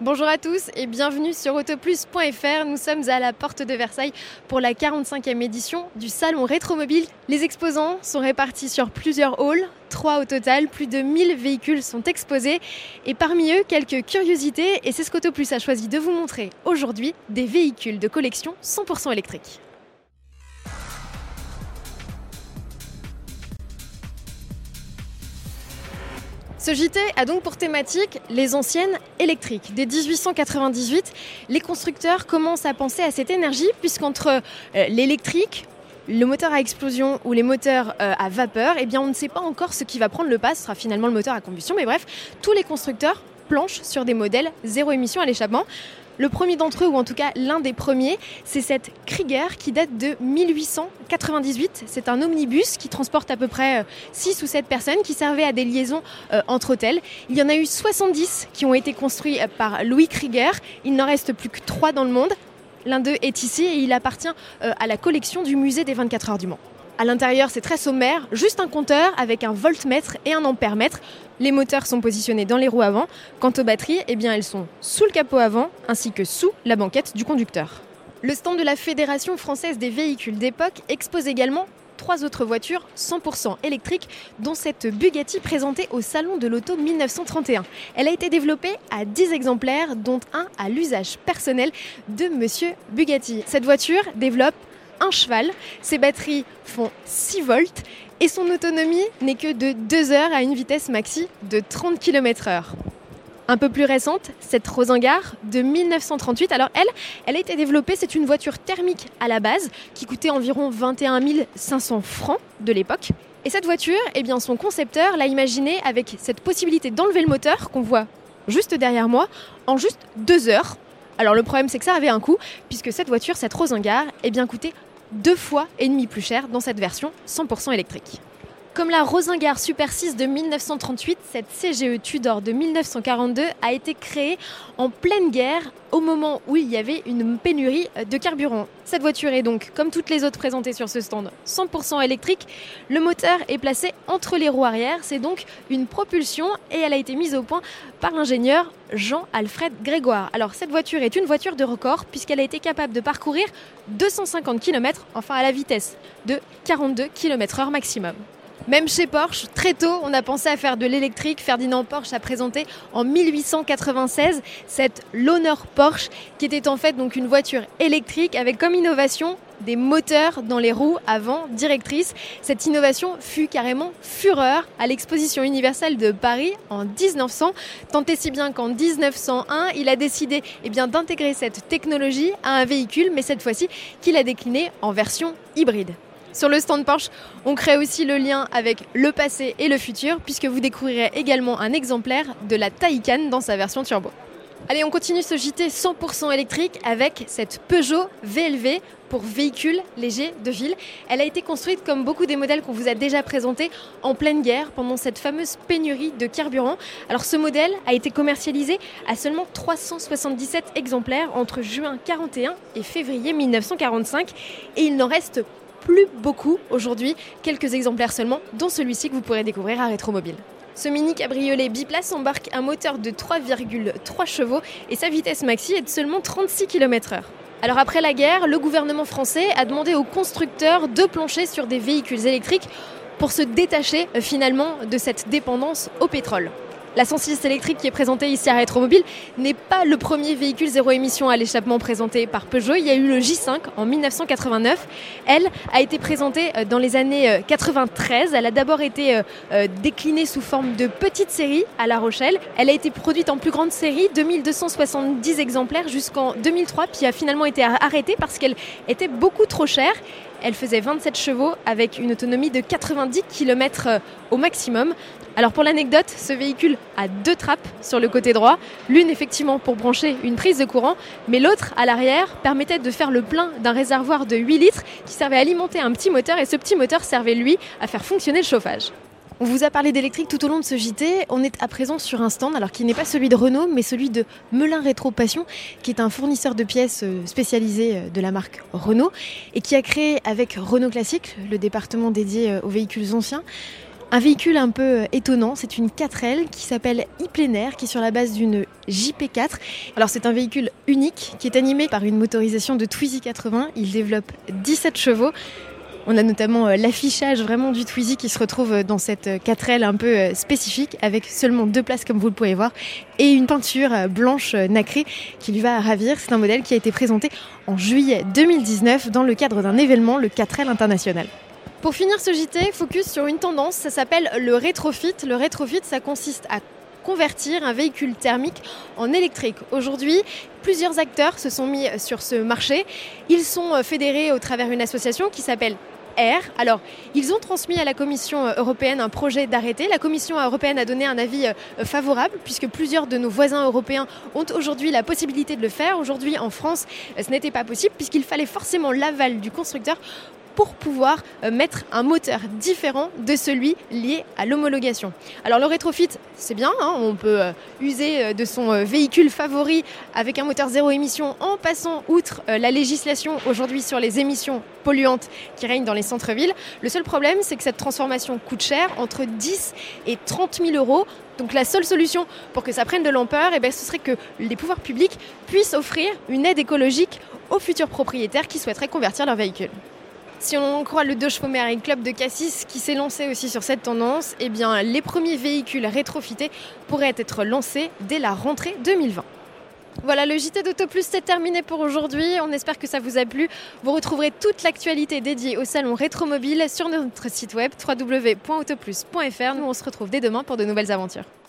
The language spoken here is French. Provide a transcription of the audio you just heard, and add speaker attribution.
Speaker 1: Bonjour à tous et bienvenue sur autoplus.fr. Nous sommes à la porte de Versailles pour la 45e édition du Salon Rétromobile. Les exposants sont répartis sur plusieurs halls, 3 au total, plus de 1000 véhicules sont exposés et parmi eux quelques curiosités et c'est ce qu'Autoplus a choisi de vous montrer aujourd'hui, des véhicules de collection 100% électriques. Ce JT a donc pour thématique les anciennes électriques. Dès 1898, les constructeurs commencent à penser à cette énergie puisqu'entre l'électrique, le moteur à explosion ou les moteurs à vapeur, eh bien on ne sait pas encore ce qui va prendre le pas, ce sera finalement le moteur à combustion, mais bref, tous les constructeurs planchent sur des modèles zéro émission à l'échappement. Le premier d'entre eux, ou en tout cas l'un des premiers, c'est cette Krieger qui date de 1898. C'est un omnibus qui transporte à peu près 6 ou 7 personnes qui servait à des liaisons entre hôtels. Il y en a eu 70 qui ont été construits par Louis Krieger. Il n'en reste plus que 3 dans le monde. L'un d'eux est ici et il appartient à la collection du musée des 24 heures du Mans. À l'intérieur, c'est très sommaire, juste un compteur avec un voltmètre et un ampèremètre. Les moteurs sont positionnés dans les roues avant. Quant aux batteries, eh bien, elles sont sous le capot avant ainsi que sous la banquette du conducteur. Le stand de la Fédération française des véhicules d'époque expose également 3 autres voitures 100% électriques, dont cette Bugatti présentée au Salon de l'Auto 1931. Elle a été développée à 10 exemplaires, dont un à l'usage personnel de Monsieur Bugatti. Cette voiture développe un cheval, ses batteries font 6 volts et son autonomie n'est que de 2 heures à une vitesse maxi de 30 km/h. Un peu plus récente, cette Rosengar de 1938, alors elle a été développée, c'est une voiture thermique à la base qui coûtait environ 21 500 francs de l'époque. Et cette voiture, eh bien son concepteur l'a imaginée avec cette possibilité d'enlever le moteur qu'on voit juste derrière moi en juste 2 heures. Alors le problème c'est que ça avait un coût puisque cette voiture, cette Rosengar, eh bien coûtait 2,5 fois plus cher dans cette version 100% électrique. Comme la Rosengar Super 6 de 1938, cette CGE Tudor de 1942 a été créée en pleine guerre au moment où il y avait une pénurie de carburant. Cette voiture est donc, comme toutes les autres présentées sur ce stand, 100% électrique. Le moteur est placé entre les roues arrière, c'est donc une propulsion et elle a été mise au point par l'ingénieur Jean-Alfred Grégoire. Alors cette voiture est une voiture de record puisqu'elle a été capable de parcourir 250 km, enfin à la vitesse de 42 km/h maximum. Même chez Porsche, très tôt, on a pensé à faire de l'électrique. Ferdinand Porsche a présenté en 1896 cette l'Honneur Porsche, qui était en fait donc une voiture électrique avec comme innovation des moteurs dans les roues avant directrices. Cette innovation fut carrément fureur à l'exposition universelle de Paris en 1900, tant et si bien qu'en 1901, il a décidé d'intégrer cette technologie à un véhicule, mais cette fois-ci qu'il a décliné en version hybride. Sur le stand Porsche, on crée aussi le lien avec le passé et le futur puisque vous découvrirez également un exemplaire de la Taycan dans sa version turbo. Allez, on continue ce JT 100% électrique avec cette Peugeot VLV pour véhicules légers de ville. Elle a été construite comme beaucoup des modèles qu'on vous a déjà présentés en pleine guerre pendant cette fameuse pénurie de carburant. Alors ce modèle a été commercialisé à seulement 377 exemplaires entre juin 1941 et février 1945 et il n'en reste plus beaucoup aujourd'hui, quelques exemplaires seulement, dont celui-ci que vous pourrez découvrir à Rétromobile. Ce mini cabriolet biplace embarque un moteur de 3,3 chevaux et sa vitesse maxi est de seulement 36 km/h. Alors après la guerre, le gouvernement français a demandé aux constructeurs de plancher sur des véhicules électriques pour se détacher finalement de cette dépendance au pétrole. La 106 électrique qui est présentée ici à Rétromobile n'est pas le premier véhicule zéro émission à l'échappement présenté par Peugeot. Il y a eu le J5 en 1989. Elle a été présentée dans les années 93. Elle a d'abord été déclinée sous forme de petite série à La Rochelle. Elle a été produite en plus grande série, 2270 exemplaires jusqu'en 2003, puis a finalement été arrêtée parce qu'elle était beaucoup trop chère. Elle faisait 27 chevaux avec une autonomie de 90 km au maximum. Alors pour l'anecdote, ce véhicule a 2 trappes sur le côté droit, l'une effectivement pour brancher une prise de courant, mais l'autre à l'arrière permettait de faire le plein d'un réservoir de 8 litres qui servait à alimenter un petit moteur et ce petit moteur servait lui à faire fonctionner le chauffage. On vous a parlé d'électrique tout au long de ce JT. On est à présent sur un stand, alors qui n'est pas celui de Renault, mais celui de Melin Rétro Passion, qui est un fournisseur de pièces spécialisé de la marque Renault et qui a créé avec Renault Classique, le département dédié aux véhicules anciens, Un véhicule un peu étonnant, c'est une 4L qui s'appelle e-plein-air, qui est sur la base d'une JP4. Alors c'est un véhicule unique qui est animé par une motorisation de Twizy 80. Il développe 17 chevaux. On a notamment l'affichage vraiment du Twizy qui se retrouve dans cette 4L un peu spécifique, avec seulement 2 places comme vous le pouvez voir, et une peinture blanche nacrée qui lui va ravir. C'est un modèle qui a été présenté en juillet 2019 dans le cadre d'un événement, le 4L International. Pour finir ce JT, focus sur une tendance, ça s'appelle le rétrofit. Le rétrofit, ça consiste à convertir un véhicule thermique en électrique. Aujourd'hui, plusieurs acteurs se sont mis sur ce marché. Ils sont fédérés au travers d'une association qui s'appelle Air. Alors, ils ont transmis à la Commission européenne un projet d'arrêté. La Commission européenne a donné un avis favorable puisque plusieurs de nos voisins européens ont aujourd'hui la possibilité de le faire. Aujourd'hui, en France, ce n'était pas possible puisqu'il fallait forcément l'aval du constructeur pour pouvoir mettre un moteur différent de celui lié à l'homologation. Alors le rétrofit, c'est bien, on peut user de son véhicule favori avec un moteur zéro émission en passant outre la législation aujourd'hui sur les émissions polluantes qui règnent dans les centres-villes. Le seul problème, c'est que cette transformation coûte cher, entre 10 et 30 000 euros. Donc la seule solution pour que ça prenne de l'ampleur, ce serait que les pouvoirs publics puissent offrir une aide écologique aux futurs propriétaires qui souhaiteraient convertir leur véhicule. Si on en croit le Deux Chevaux Méry Club de Cassis qui s'est lancé aussi sur cette tendance, les premiers véhicules rétrofités pourraient être lancés dès la rentrée 2020. Voilà, le JT d'Autoplus, c'est terminé pour aujourd'hui. On espère que ça vous a plu. Vous retrouverez toute l'actualité dédiée au salon Rétromobile sur notre site web www.autoplus.fr. Nous, on se retrouve dès demain pour de nouvelles aventures.